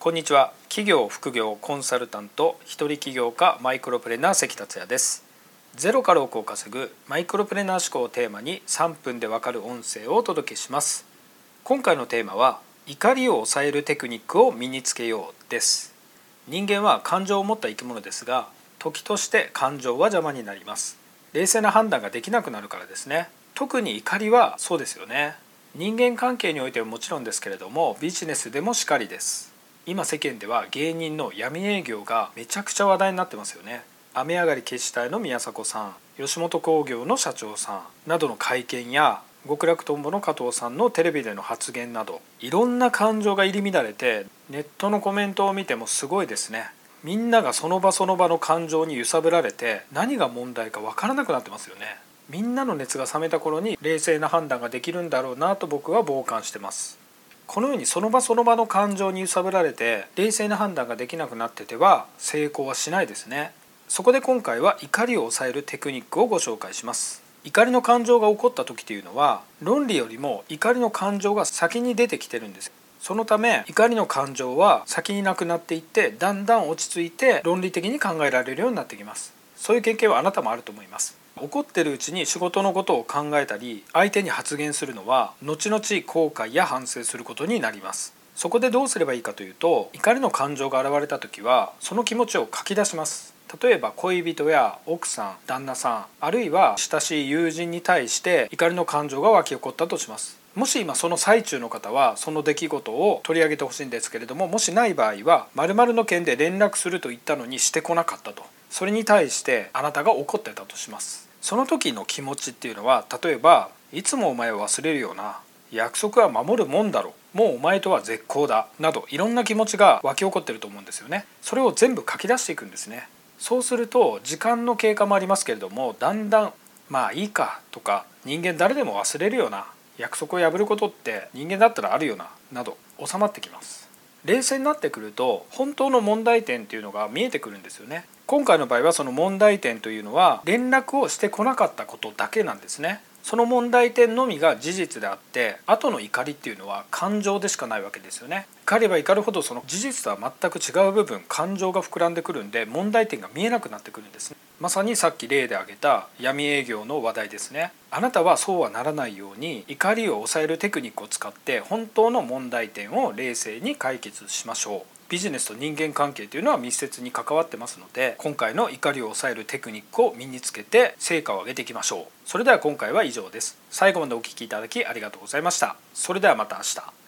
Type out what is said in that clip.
こんにちは。企業副業コンサルタント一人起業家マイクロプレーナー関達也です。ゼロから億を稼ぐマイクロプレーナー思考をテーマに3分でわかる音声をお届けします。今回のテーマは怒りを抑えるテクニックを身につけようです。人間は感情を持った生き物ですが、時として感情は邪魔になります。冷静な判断ができなくなるからですね。特に怒りはそうですよね。人間関係においてはもちろんですけれども、ビジネスでもしかりです。今世間では芸人の闇営業がめちゃくちゃ話題になってますよね。雨上がり決死隊の宮迫さん、吉本興業の社長さんなどの会見や、極楽とんぼの加藤さんのテレビでの発言など、いろんな感情が入り乱れて、ネットのコメントを見てもすごいですね。みんながその場その場の感情に揺さぶられて、何が問題か分からなくなってますよね。みんなの熱が冷めた頃に冷静な判断ができるんだろうなと僕は傍観してます。このようにその場その場の感情に揺さぶられて冷静な判断ができなくなってては成功はしないですね。そこで今回は怒りを抑えるテクニックをご紹介します。怒りの感情が起こった時というのは、論理よりも怒りの感情が先に出てきてるんです。そのため怒りの感情は先になくなっていって、だんだん落ち着いて論理的に考えられるようになってきます。そういう経験はあなたもあると思います。怒ってるうちに仕事のことを考えたり相手に発言するのは後々後悔や反省することになります。そこでどうすればいいかというと、怒りの感情が現れた時はその気持ちを書き出します。例えば恋人や奥さん、旦那さん、あるいは親しい友人に対して怒りの感情が湧き起こったとします。もし今その最中の方はその出来事を取り上げてほしいんですけれども、もしない場合は〇〇の件で連絡すると言ったのにしてこなかったと、それに対してあなたが怒ってたとします。その時の気持ちっていうのは、例えばいつもお前を忘れるよな、約束は守るもんだろ、もうお前とは絶交だなど、いろんな気持ちが湧き起こってると思うんですよね。それを全部書き出していくんですね。そうすると時間の経過もありますけれども、だんだんまあいいかとか、人間誰でも忘れるよな、約束を破ることって人間だったらあるよななど収まってきます。冷静になってくると本当の問題点っていうのが見えてくるんですよね。今回の場合はその問題点というのは連絡をしてこなかったことだけなんですね。その問題点のみが事実であって、後の怒りっていうのは感情でしかないわけですよね。怒れば怒るほどその事実とは全く違う部分、感情が膨らんでくるんで、問題点が見えなくなってくるんですね。まさにさっき例で挙げた闇営業の話題ですね。あなたはそうはならないように怒りを抑えるテクニックを使って本当の問題点を冷静に解決しましょう。ビジネスと人間関係というのは密接に関わってますので、今回の怒りを抑えるテクニックを身につけて成果を上げていきましょう。それでは今回は以上です。最後までお聞きいただきありがとうございました。それではまた明日。